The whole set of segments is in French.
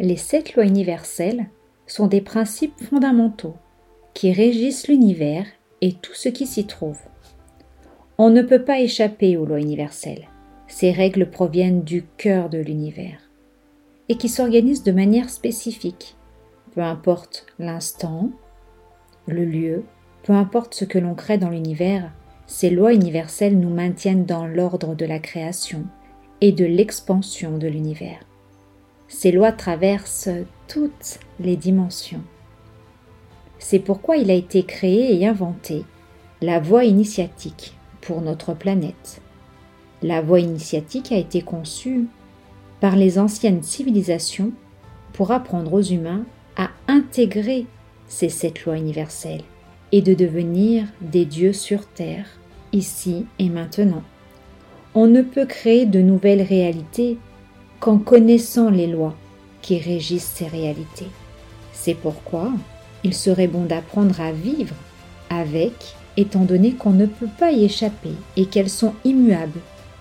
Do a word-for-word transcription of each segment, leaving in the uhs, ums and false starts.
Les sept lois universelles sont des principes fondamentaux qui régissent l'univers et tout ce qui s'y trouve. On ne peut pas échapper aux lois universelles. Ces règles proviennent du cœur de l'univers et qui s'organisent de manière spécifique. Peu importe l'instant, le lieu, peu importe ce que l'on crée dans l'univers, ces lois universelles nous maintiennent dans l'ordre de la création et de l'expansion de l'univers. Ces lois traversent toutes les dimensions. C'est pourquoi il a été créé et inventé la voie initiatique pour notre planète. La voie initiatique a été conçue par les anciennes civilisations pour apprendre aux humains à intégrer ces sept lois universelles et de devenir des dieux sur terre, ici et maintenant. On ne peut créer de nouvelles réalités qu'en connaissant les lois qui régissent ces réalités. C'est pourquoi il serait bon d'apprendre à vivre avec, étant donné qu'on ne peut pas y échapper et qu'elles sont immuables.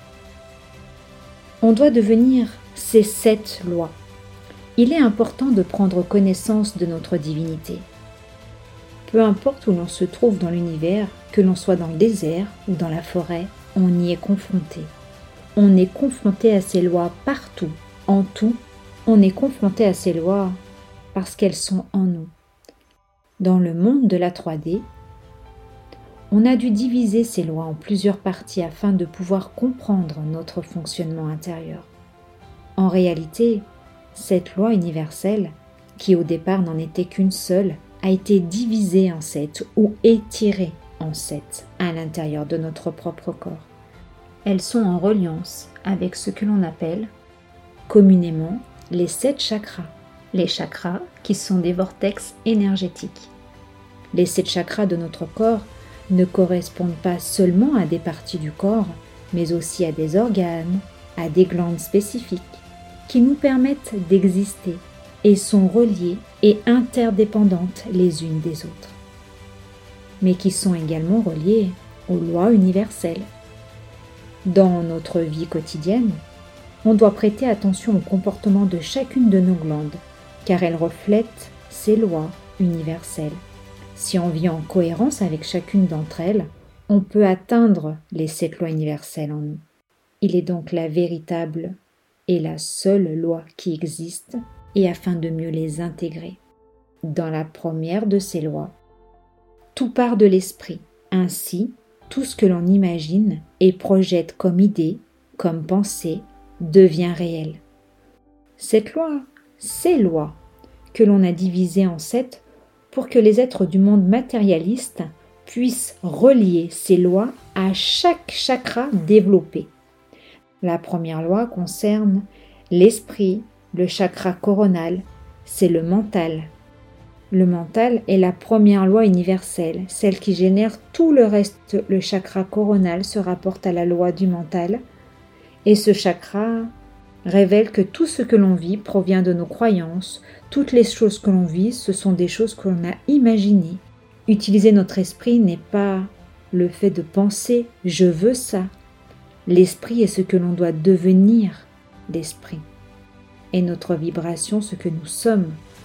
On doit devenir ces sept lois. Il est important de prendre connaissance de notre divinité. Peu importe où l'on se trouve dans l'univers, que l'on soit dans le désert ou dans la forêt, on y est confronté. On est confronté à ces lois partout, en tout. On est confronté à ces lois parce qu'elles sont en nous. Dans le monde de la trois D, on a dû diviser ces lois en plusieurs parties afin de pouvoir comprendre notre fonctionnement intérieur. En réalité, cette loi universelle, qui au départ n'en était qu'une seule, a été divisée en sept ou étirée en sept à l'intérieur de notre propre corps. Elles sont en reliance avec ce que l'on appelle communément les sept chakras. Les chakras qui sont des vortex énergétiques. Les sept chakras de notre corps ne correspondent pas seulement à des parties du corps, mais aussi à des organes, à des glandes spécifiques qui nous permettent d'exister et sont reliées et interdépendantes les unes des autres, mais qui sont également reliées aux lois universelles. Dans notre vie quotidienne, on doit prêter attention au comportement de chacune de nos glandes, car elles reflètent ces lois universelles. Si on vit en cohérence avec chacune d'entre elles, on peut atteindre les sept lois universelles en nous. Il est donc la véritable et la seule loi qui existe, et afin de mieux les intégrer. Dans la première de ces lois, tout part de l'esprit. Ainsi, tout ce que l'on imagine et projette comme idée, comme pensée, devient réel. Cette loi, ces lois, que l'on a divisées en sept pour que les êtres du monde matérialiste puissent relier ces lois à chaque chakra développé. La première loi concerne l'esprit, le chakra coronal, c'est le mental. Le mental est la première loi universelle, celle qui génère tout le reste. Le chakra coronal se rapporte à la loi du mental et ce chakra révèle que tout ce que l'on vit provient de nos croyances. Toutes les choses que l'on vit, ce sont des choses que l'on a imaginées. Utiliser notre esprit n'est pas le fait de penser « je veux ça ». L'esprit est ce que l'on doit devenir, l'esprit. Et notre vibration, ce que nous sommes.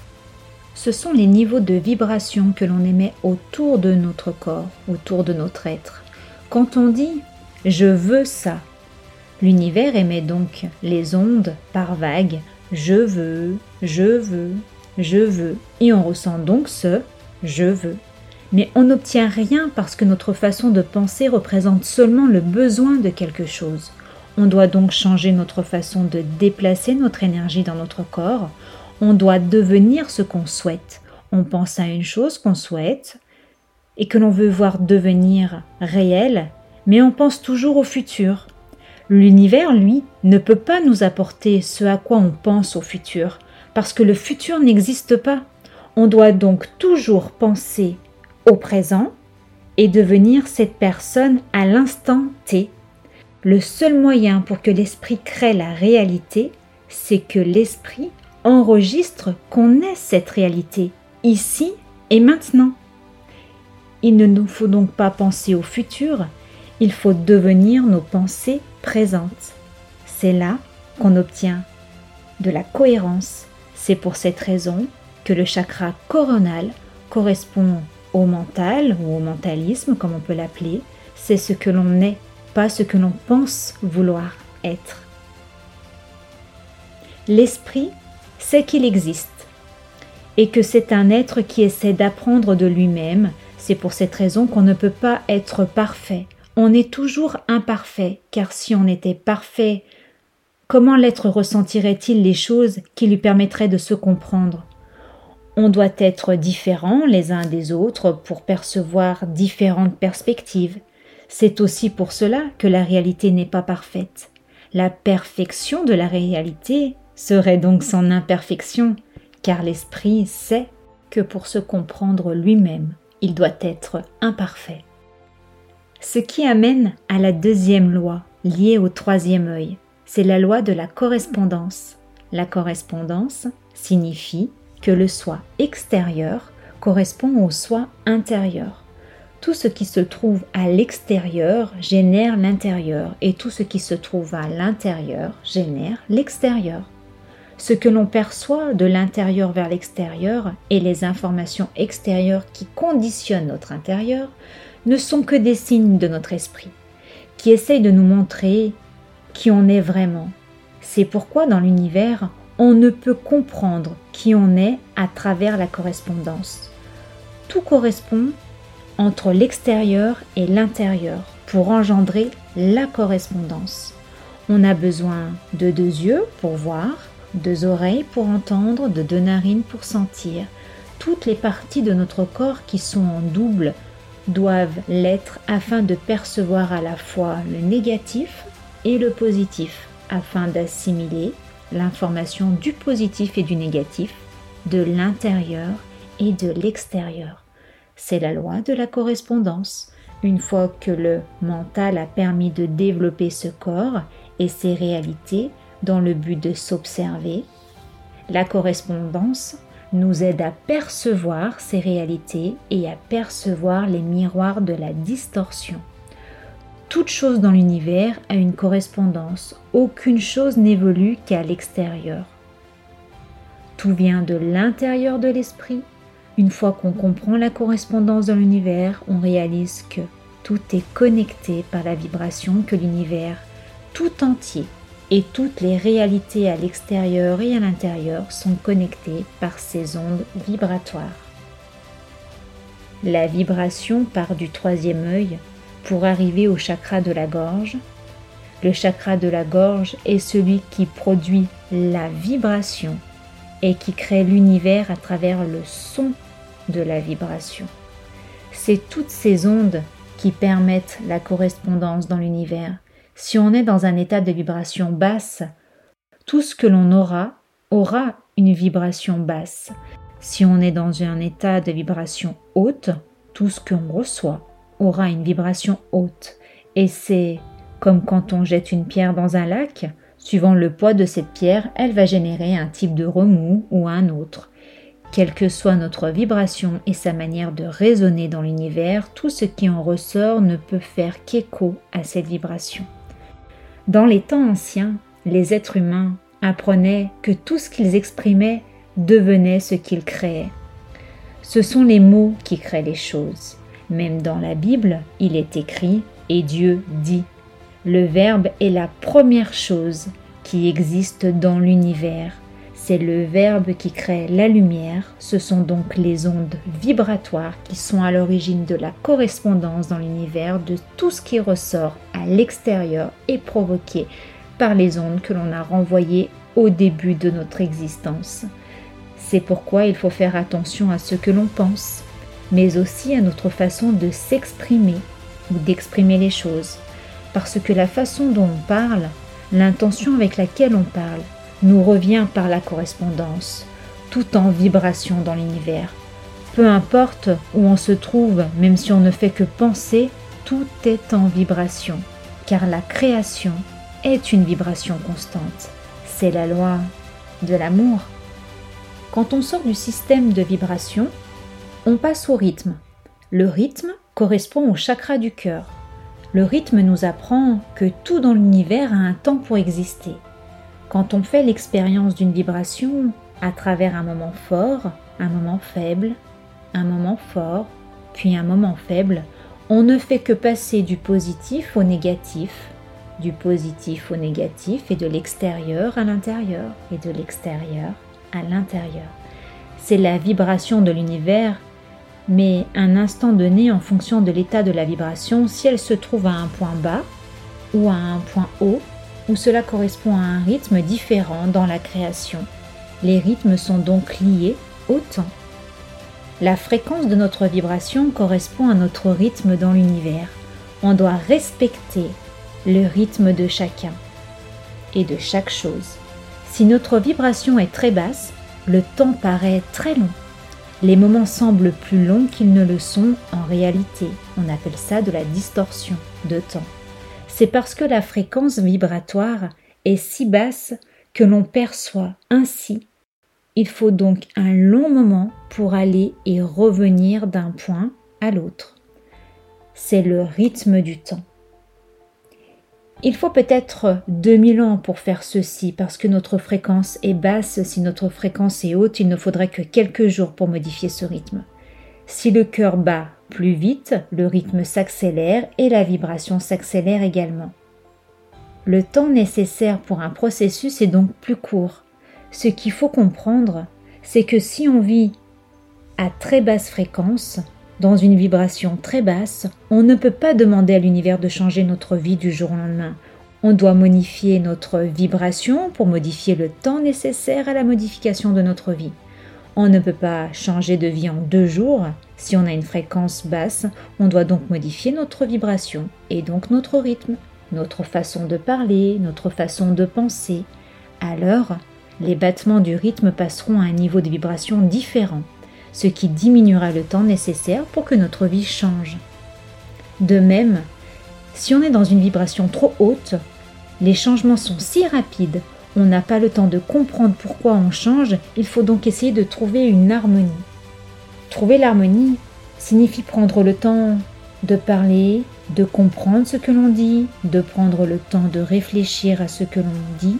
Ce sont les niveaux de vibration que l'on émet autour de notre corps, autour de notre être. Quand on dit « je veux ça », l'univers émet donc les ondes par vagues « je veux, je veux, je veux » et on ressent donc ce « je veux ». Mais on n'obtient rien parce que notre façon de penser représente seulement le besoin de quelque chose. On doit donc changer notre façon de déplacer notre énergie dans notre corps. On doit devenir ce qu'on souhaite. On pense à une chose qu'on souhaite et que l'on veut voir devenir réelle, mais on pense toujours au futur. L'univers, lui, ne peut pas nous apporter ce à quoi on pense au futur, parce que le futur n'existe pas. On doit donc toujours penser au présent et devenir cette personne à l'instant T. Le seul moyen pour que l'esprit crée la réalité, c'est que l'esprit enregistre qu'on est cette réalité, ici et maintenant. Il ne nous faut donc pas penser au futur, il faut devenir nos pensées présentes. C'est là qu'on obtient de la cohérence C'est pour cette raison que le chakra coronal correspond au mental ou au mentalisme, comme on peut l'appeler. C'est ce que l'on est, pas ce que l'on pense vouloir être. L'esprit sait qu'il existe et que c'est un être qui essaie d'apprendre de lui-même. C'est pour cette raison qu'on ne peut pas être parfait. On est toujours imparfait, car si on était parfait, comment l'être ressentirait-il les choses qui lui permettraient de se comprendre ? On doit être différents les uns des autres pour percevoir différentes perspectives. C'est aussi pour cela que la réalité n'est pas parfaite. La perfection de la réalité serait donc son imperfection, car l'esprit sait que pour se comprendre lui-même, il doit être imparfait. Ce qui amène à la deuxième loi, liée au troisième œil, c'est la loi de la correspondance. La correspondance signifie que le soi extérieur correspond au soi intérieur. Tout ce qui se trouve à l'extérieur génère l'intérieur et tout ce qui se trouve à l'intérieur génère l'extérieur. Ce que l'on perçoit de l'intérieur vers l'extérieur et les informations extérieures qui conditionnent notre intérieur ne sont que des signes de notre esprit, qui essayent de nous montrer qui on est vraiment. C'est pourquoi dans l'univers, on ne peut comprendre qui on est à travers la correspondance. Tout correspond entre l'extérieur et l'intérieur pour engendrer la correspondance. On a besoin de deux yeux pour voir, deux oreilles pour entendre, de deux narines pour sentir. Toutes les parties de notre corps qui sont en double doivent l'être afin de percevoir à la fois le négatif et le positif, afin d'assimiler l'information du positif et du négatif, de l'intérieur et de l'extérieur. C'est la loi de la correspondance. Une fois que le mental a permis de développer ce corps et ses réalités dans le but de s'observer, la correspondance nous aide à percevoir ces réalités et à percevoir les miroirs de la distorsion. Toute chose dans l'univers a une correspondance. Aucune chose n'évolue qu'à l'extérieur. Tout vient de l'intérieur de l'esprit. Une fois qu'on comprend la correspondance dans l'univers, on réalise que tout est connecté par la vibration que l'univers tout entier et toutes les réalités à l'extérieur et à l'intérieur sont connectées par ces ondes vibratoires. La vibration part du troisième œil pour arriver au chakra de la gorge. Le chakra de la gorge est celui qui produit la vibration et qui crée l'univers à travers le son de la vibration. C'est toutes ces ondes qui permettent la correspondance dans l'univers. Si on est dans un état de vibration basse, tout ce que l'on aura aura une vibration basse. Si on est dans un état de vibration haute, tout ce qu'on reçoit aura une vibration haute. Et c'est comme quand on jette une pierre dans un lac, suivant le poids de cette pierre, elle va générer un type de remous ou un autre. Quelle que soit notre vibration et sa manière de résonner dans l'univers, tout ce qui en ressort ne peut faire qu'écho à cette vibration. Dans les temps anciens, les êtres humains apprenaient que tout ce qu'ils exprimaient devenait ce qu'ils créaient. Ce sont les mots qui créent les choses. Même dans la Bible, il est écrit « et Dieu dit ». Le verbe est la première chose qui existe dans l'univers. C'est le verbe qui crée la lumière. Ce sont donc les ondes vibratoires qui sont à l'origine de la correspondance dans l'univers de tout ce qui ressort à l'extérieur et provoqué par les ondes que l'on a renvoyées au début de notre existence. C'est pourquoi il faut faire attention à ce que l'on pense, mais aussi à notre façon de s'exprimer ou d'exprimer les choses. Parce que la façon dont on parle, l'intention avec laquelle on parle, nous revient par la correspondance, tout en vibration dans l'univers. Peu importe où on se trouve, même si on ne fait que penser, tout est en vibration, car la création est une vibration constante. C'est la loi de l'amour. Quand on sort du système de vibration, on passe au rythme. Le rythme correspond au chakra du cœur. Le rythme nous apprend que tout dans l'univers a un temps pour exister. Quand on fait l'expérience d'une vibration, à travers un moment fort, un moment faible, un moment fort, puis un moment faible, on ne fait que passer du positif au négatif, du positif au négatif et de l'extérieur à l'intérieur et de l'extérieur à l'intérieur. C'est la vibration de l'univers, mais un instant donné, en fonction de l'état de la vibration, si elle se trouve à un point bas ou à un point haut, où cela correspond à un rythme différent dans la création. Les rythmes sont donc liés au temps. La fréquence de notre vibration correspond à notre rythme dans l'univers. On doit respecter le rythme de chacun et de chaque chose. Si notre vibration est très basse, le temps paraît très long. Les moments semblent plus longs qu'ils ne le sont en réalité. On appelle ça de la distorsion de temps. C'est parce que la fréquence vibratoire est si basse que l'on perçoit ainsi. Il faut donc un long moment pour aller et revenir d'un point à l'autre. C'est le rythme du temps. Il faut peut-être deux mille ans pour faire ceci parce que notre fréquence est basse. Si notre fréquence est haute, il ne faudrait que quelques jours pour modifier ce rythme. Si le cœur bat plus vite, le rythme s'accélère et la vibration s'accélère également. Le temps nécessaire pour un processus est donc plus court. Ce qu'il faut comprendre, c'est que si on vit à très basse fréquence, dans une vibration très basse, on ne peut pas demander à l'univers de changer notre vie du jour au lendemain. On doit modifier notre vibration pour modifier le temps nécessaire à la modification de notre vie. On ne peut pas changer de vie en deux jours. Si on a une fréquence basse, on doit donc modifier notre vibration et donc notre rythme, notre façon de parler, notre façon de penser. Alors, les battements du rythme passeront à un niveau de vibration différent, ce qui diminuera le temps nécessaire pour que notre vie change. De même, si on est dans une vibration trop haute, les changements sont si rapides, on n'a pas le temps de comprendre pourquoi on change, il faut donc essayer de trouver une harmonie. Trouver l'harmonie signifie prendre le temps de parler, de comprendre ce que l'on dit, de prendre le temps de réfléchir à ce que l'on dit,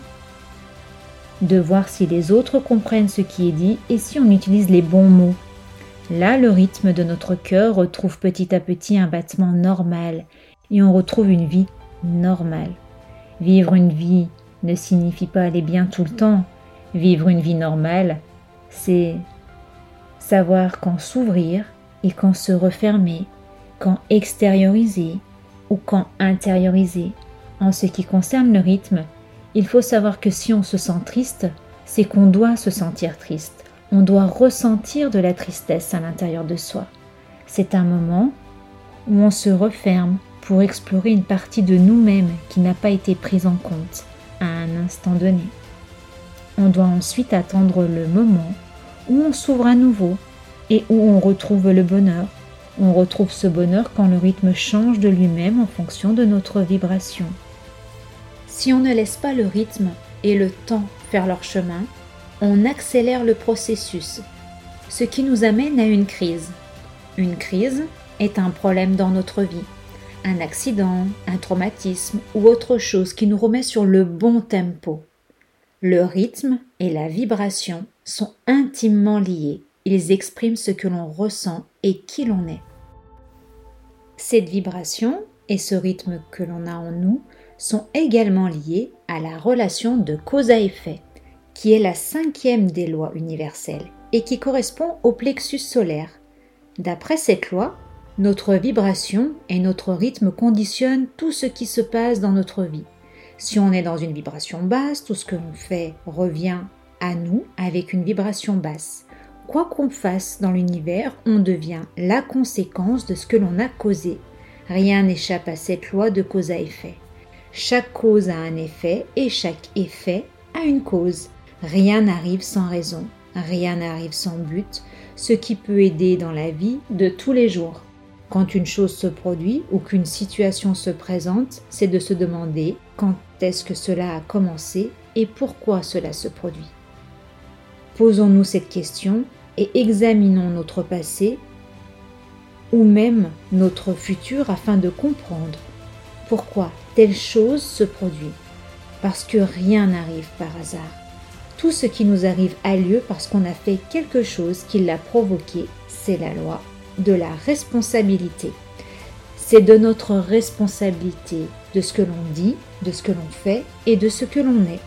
de voir si les autres comprennent ce qui est dit et si on utilise les bons mots. Là, le rythme de notre cœur retrouve petit à petit un battement normal et on retrouve une vie normale. Vivre une vie ne signifie pas aller bien tout le temps. Vivre une vie normale, c'est savoir quand s'ouvrir et quand se refermer, quand extérioriser ou quand intérioriser. En ce qui concerne le rythme, il faut savoir que si on se sent triste, c'est qu'on doit se sentir triste. On doit ressentir de la tristesse à l'intérieur de soi. C'est un moment où on se referme pour explorer une partie de nous-mêmes qui n'a pas été prise en compte à un instant donné. On doit ensuite attendre le moment où on s'ouvre à nouveau et où on retrouve le bonheur. On retrouve ce bonheur quand le rythme change de lui-même en fonction de notre vibration. Si on ne laisse pas le rythme et le temps faire leur chemin, on accélère le processus, ce qui nous amène à une crise. Une crise est un problème dans notre vie, un accident, un traumatisme ou autre chose qui nous remet sur le bon tempo. Le rythme et la vibration sont intimement liés. Ils expriment ce que l'on ressent et qui l'on est. Cette vibration et ce rythme que l'on a en nous sont également liés à la relation de cause à effet, qui est la cinquième des lois universelles et qui correspond au plexus solaire. D'après cette loi, notre vibration et notre rythme conditionnent tout ce qui se passe dans notre vie. Si on est dans une vibration basse, tout ce que l'on fait revient à nous avec une vibration basse. Quoi qu'on fasse dans l'univers, on devient la conséquence de ce que l'on a causé. Rien n'échappe à cette loi de cause à effet. Chaque cause a un effet et chaque effet a une cause. Rien n'arrive sans raison, rien n'arrive sans but, ce qui peut aider dans la vie de tous les jours. Quand une chose se produit ou qu'une situation se présente, c'est de se demander quand est-ce que cela a commencé et pourquoi cela se produit. Posons-nous cette question et examinons notre passé ou même notre futur afin de comprendre pourquoi telle chose se produit. Parce que rien n'arrive par hasard. Tout ce qui nous arrive a lieu parce qu'on a fait quelque chose qui l'a provoqué. C'est la loi de la responsabilité. C'est de notre responsabilité, de ce que l'on dit, de ce que l'on fait et de ce que l'on est.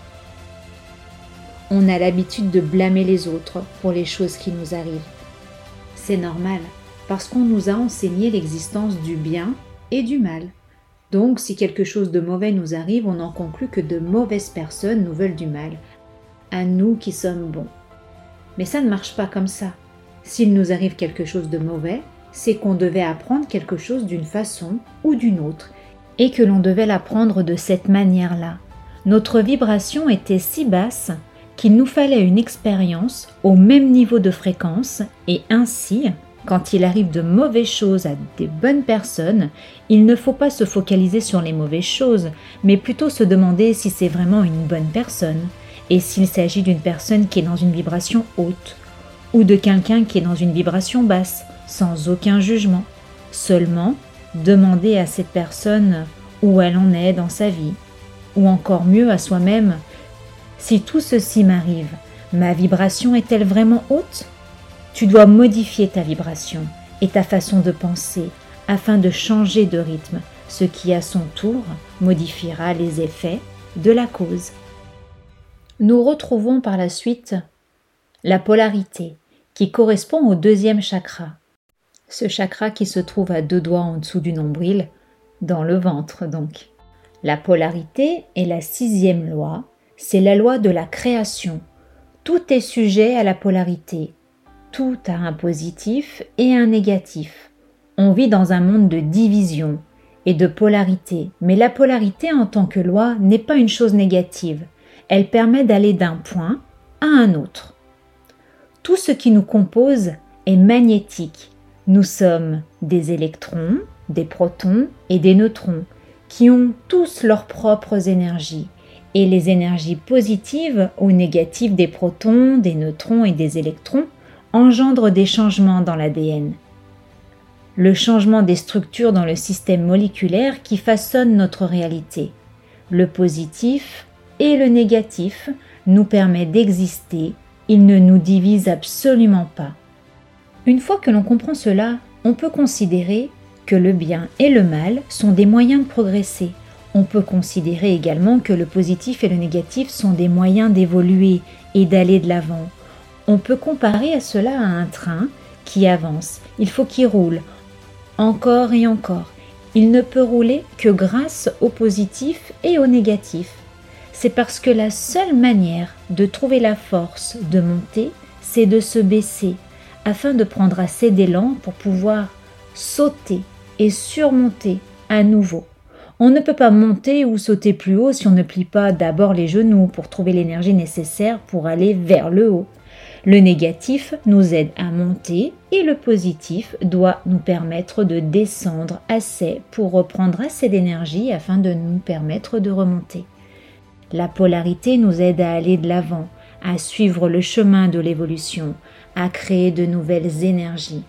On a l'habitude de blâmer les autres pour les choses qui nous arrivent. C'est normal, parce qu'on nous a enseigné l'existence du bien et du mal. Donc, si quelque chose de mauvais nous arrive, on en conclut que de mauvaises personnes nous veulent du mal, à nous qui sommes bons. Mais ça ne marche pas comme ça. S'il nous arrive quelque chose de mauvais, c'est qu'on devait apprendre quelque chose d'une façon ou d'une autre, et que l'on devait l'apprendre de cette manière-là. Notre vibration était si basse qu'il nous fallait une expérience au même niveau de fréquence, et ainsi, quand il arrive de mauvaises choses à des bonnes personnes, il ne faut pas se focaliser sur les mauvaises choses, mais plutôt se demander si c'est vraiment une bonne personne, et s'il s'agit d'une personne qui est dans une vibration haute, ou de quelqu'un qui est dans une vibration basse, sans aucun jugement. Seulement, demander à cette personne où elle en est dans sa vie, ou encore mieux à soi-même, si tout ceci m'arrive, ma vibration est-elle vraiment haute ? Tu dois modifier ta vibration et ta façon de penser afin de changer de rythme, ce qui à son tour modifiera les effets de la cause. Nous retrouvons par la suite la polarité qui correspond au deuxième chakra. Ce chakra qui se trouve à deux doigts en dessous du nombril, dans le ventre donc. La polarité est la sixième loi, c'est la loi de la création. Tout est sujet à la polarité. Tout a un positif et un négatif. On vit dans un monde de division et de polarité, mais la polarité en tant que loi n'est pas une chose négative. Elle permet d'aller d'un point à un autre. Tout ce qui nous compose est magnétique. Nous sommes des électrons, des protons et des neutrons qui ont tous leurs propres énergies. Et les énergies positives ou négatives des protons, des neutrons et des électrons engendrent des changements dans l'A D N. Le changement des structures dans le système moléculaire qui façonne notre réalité. Le positif et le négatif nous permet d'exister, ils ne nous divisent absolument pas. Une fois que l'on comprend cela, on peut considérer que le bien et le mal sont des moyens de progresser. On peut considérer également que le positif et le négatif sont des moyens d'évoluer et d'aller de l'avant. On peut comparer à cela à un train qui avance. Il faut qu'il roule encore et encore. Il ne peut rouler que grâce au positif et au négatif. C'est parce que la seule manière de trouver la force de monter, c'est de se baisser, afin de prendre assez d'élan pour pouvoir sauter et surmonter à nouveau. On ne peut pas monter ou sauter plus haut si on ne plie pas d'abord les genoux pour trouver l'énergie nécessaire pour aller vers le haut. Le négatif nous aide à monter et le positif doit nous permettre de descendre assez pour reprendre assez d'énergie afin de nous permettre de remonter. La polarité nous aide à aller de l'avant, à suivre le chemin de l'évolution, à créer de nouvelles énergies.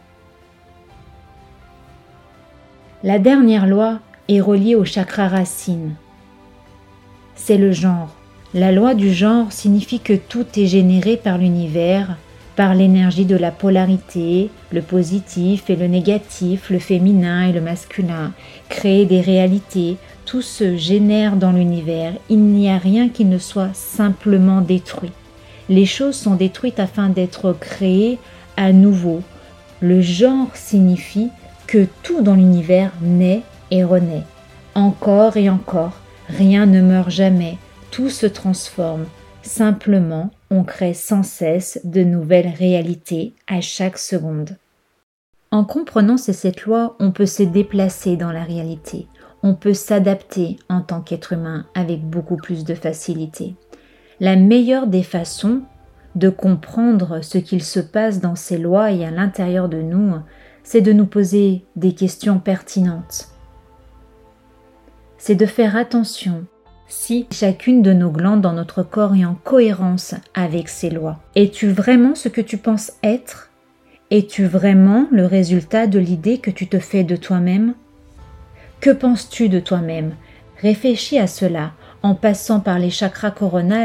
La dernière loi est reliée au chakra racine. C'est le genre. La loi du genre signifie que tout est généré par l'univers, par l'énergie de la polarité, le positif et le négatif, le féminin et le masculin, créer des réalités, tout se génère dans l'univers, il n'y a rien qui ne soit simplement détruit. Les choses sont détruites afin d'être créées à nouveau. Le genre signifie que tout dans l'univers naît et renaît. Encore et encore, rien ne meurt jamais, tout se transforme. Simplement, on crée sans cesse de nouvelles réalités à chaque seconde. En comprenant ces sept lois, on peut se déplacer dans la réalité. On peut s'adapter en tant qu'être humain avec beaucoup plus de facilité. La meilleure des façons de comprendre ce qu'il se passe dans ces lois et à l'intérieur de nous, c'est de nous poser des questions pertinentes. C'est de faire attention si chacune de nos glandes dans notre corps est en cohérence avec ces lois. Es-tu vraiment ce que tu penses être ? Es-tu vraiment le résultat de l'idée que tu te fais de toi-même ? Que penses-tu de toi-même ? Réfléchis à cela. En passant par les chakras coronales,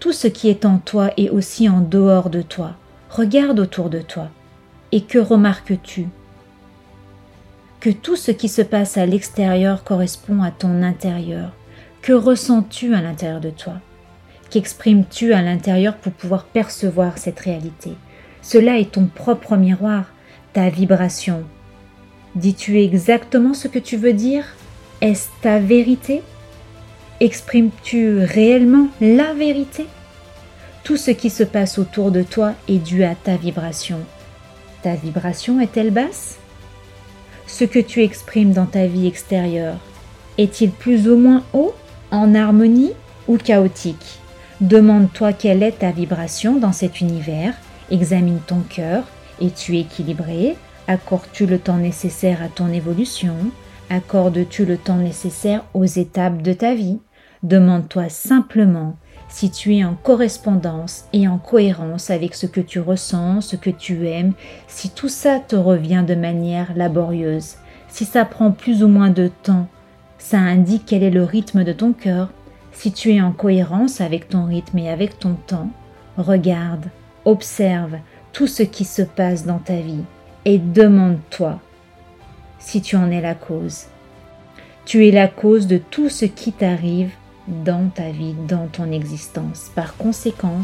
Tout ce qui est en toi est aussi en dehors de toi. Regarde autour de toi. Et que remarques-tu? Que tout ce qui se passe à l'extérieur correspond à ton intérieur. Que ressens-tu à l'intérieur de toi? Qu'exprimes-tu à l'intérieur pour pouvoir percevoir cette réalité? Cela est ton propre miroir, ta vibration. Dis-tu exactement ce que tu veux dire? Est-ce ta vérité? Exprimes-tu réellement la vérité? Tout ce qui se passe autour de toi est dû à ta vibration. Ta vibration est-elle basse? Ce que tu exprimes dans ta vie extérieure est-il plus ou moins haut, en harmonie ou chaotique? Demande-toi quelle est ta vibration dans cet univers, examine ton cœur, es-tu équilibré? Accordes-tu le temps nécessaire à ton évolution? Accordes-tu le temps nécessaire aux étapes de ta vie? Demande-toi simplement si tu es en correspondance et en cohérence avec ce que tu ressens, ce que tu aimes, si tout ça te revient de manière laborieuse, si ça prend plus ou moins de temps, ça indique quel est le rythme de ton cœur. Si tu es en cohérence avec ton rythme et avec ton temps, regarde, observe tout ce qui se passe dans ta vie et demande-toi si tu en es la cause. Tu es la cause de tout ce qui t'arrive dans ta vie, dans ton existence. Par conséquent,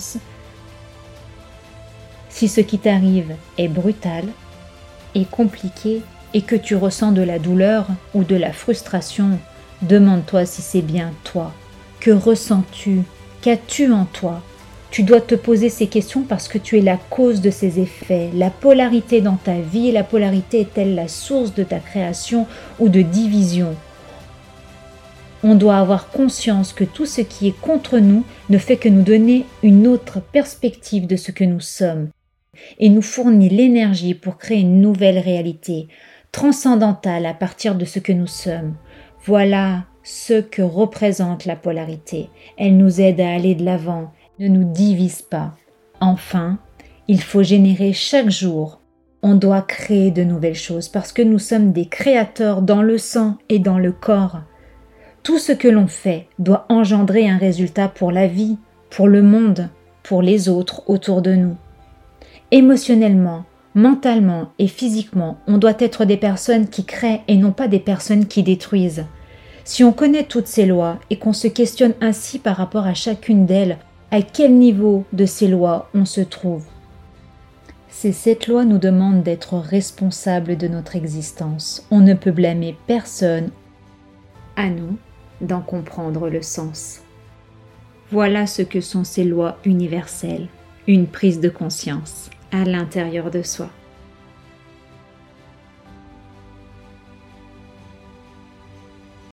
si ce qui t'arrive est brutal et compliqué et que tu ressens de la douleur ou de la frustration, demande-toi si c'est bien toi. Que ressens-tu? Qu'as-tu en toi? Tu dois te poser ces questions parce que tu es la cause de ces effets. La polarité dans ta vie, la polarité est-elle la source de ta création ou de division? On doit avoir conscience que tout ce qui est contre nous ne fait que nous donner une autre perspective de ce que nous sommes et nous fournit l'énergie pour créer une nouvelle réalité, transcendantale à partir de ce que nous sommes. Voilà ce que représente la polarité. Elle nous aide à aller de l'avant, ne nous divise pas. Enfin, il faut générer chaque jour. On doit créer de nouvelles choses parce que nous sommes des créateurs dans le sang et dans le corps. Tout ce que l'on fait doit engendrer un résultat pour la vie, pour le monde, pour les autres autour de nous. Émotionnellement, mentalement et physiquement, on doit être des personnes qui créent et non pas des personnes qui détruisent. Si on connaît toutes ces lois et qu'on se questionne ainsi par rapport à chacune d'elles, à quel niveau de ces lois on se trouve? C'est cette loi nous demande d'être responsables de notre existence. On ne peut blâmer personne. À nous d'en comprendre le sens. Voilà ce que sont ces lois universelles, une prise de conscience à l'intérieur de soi.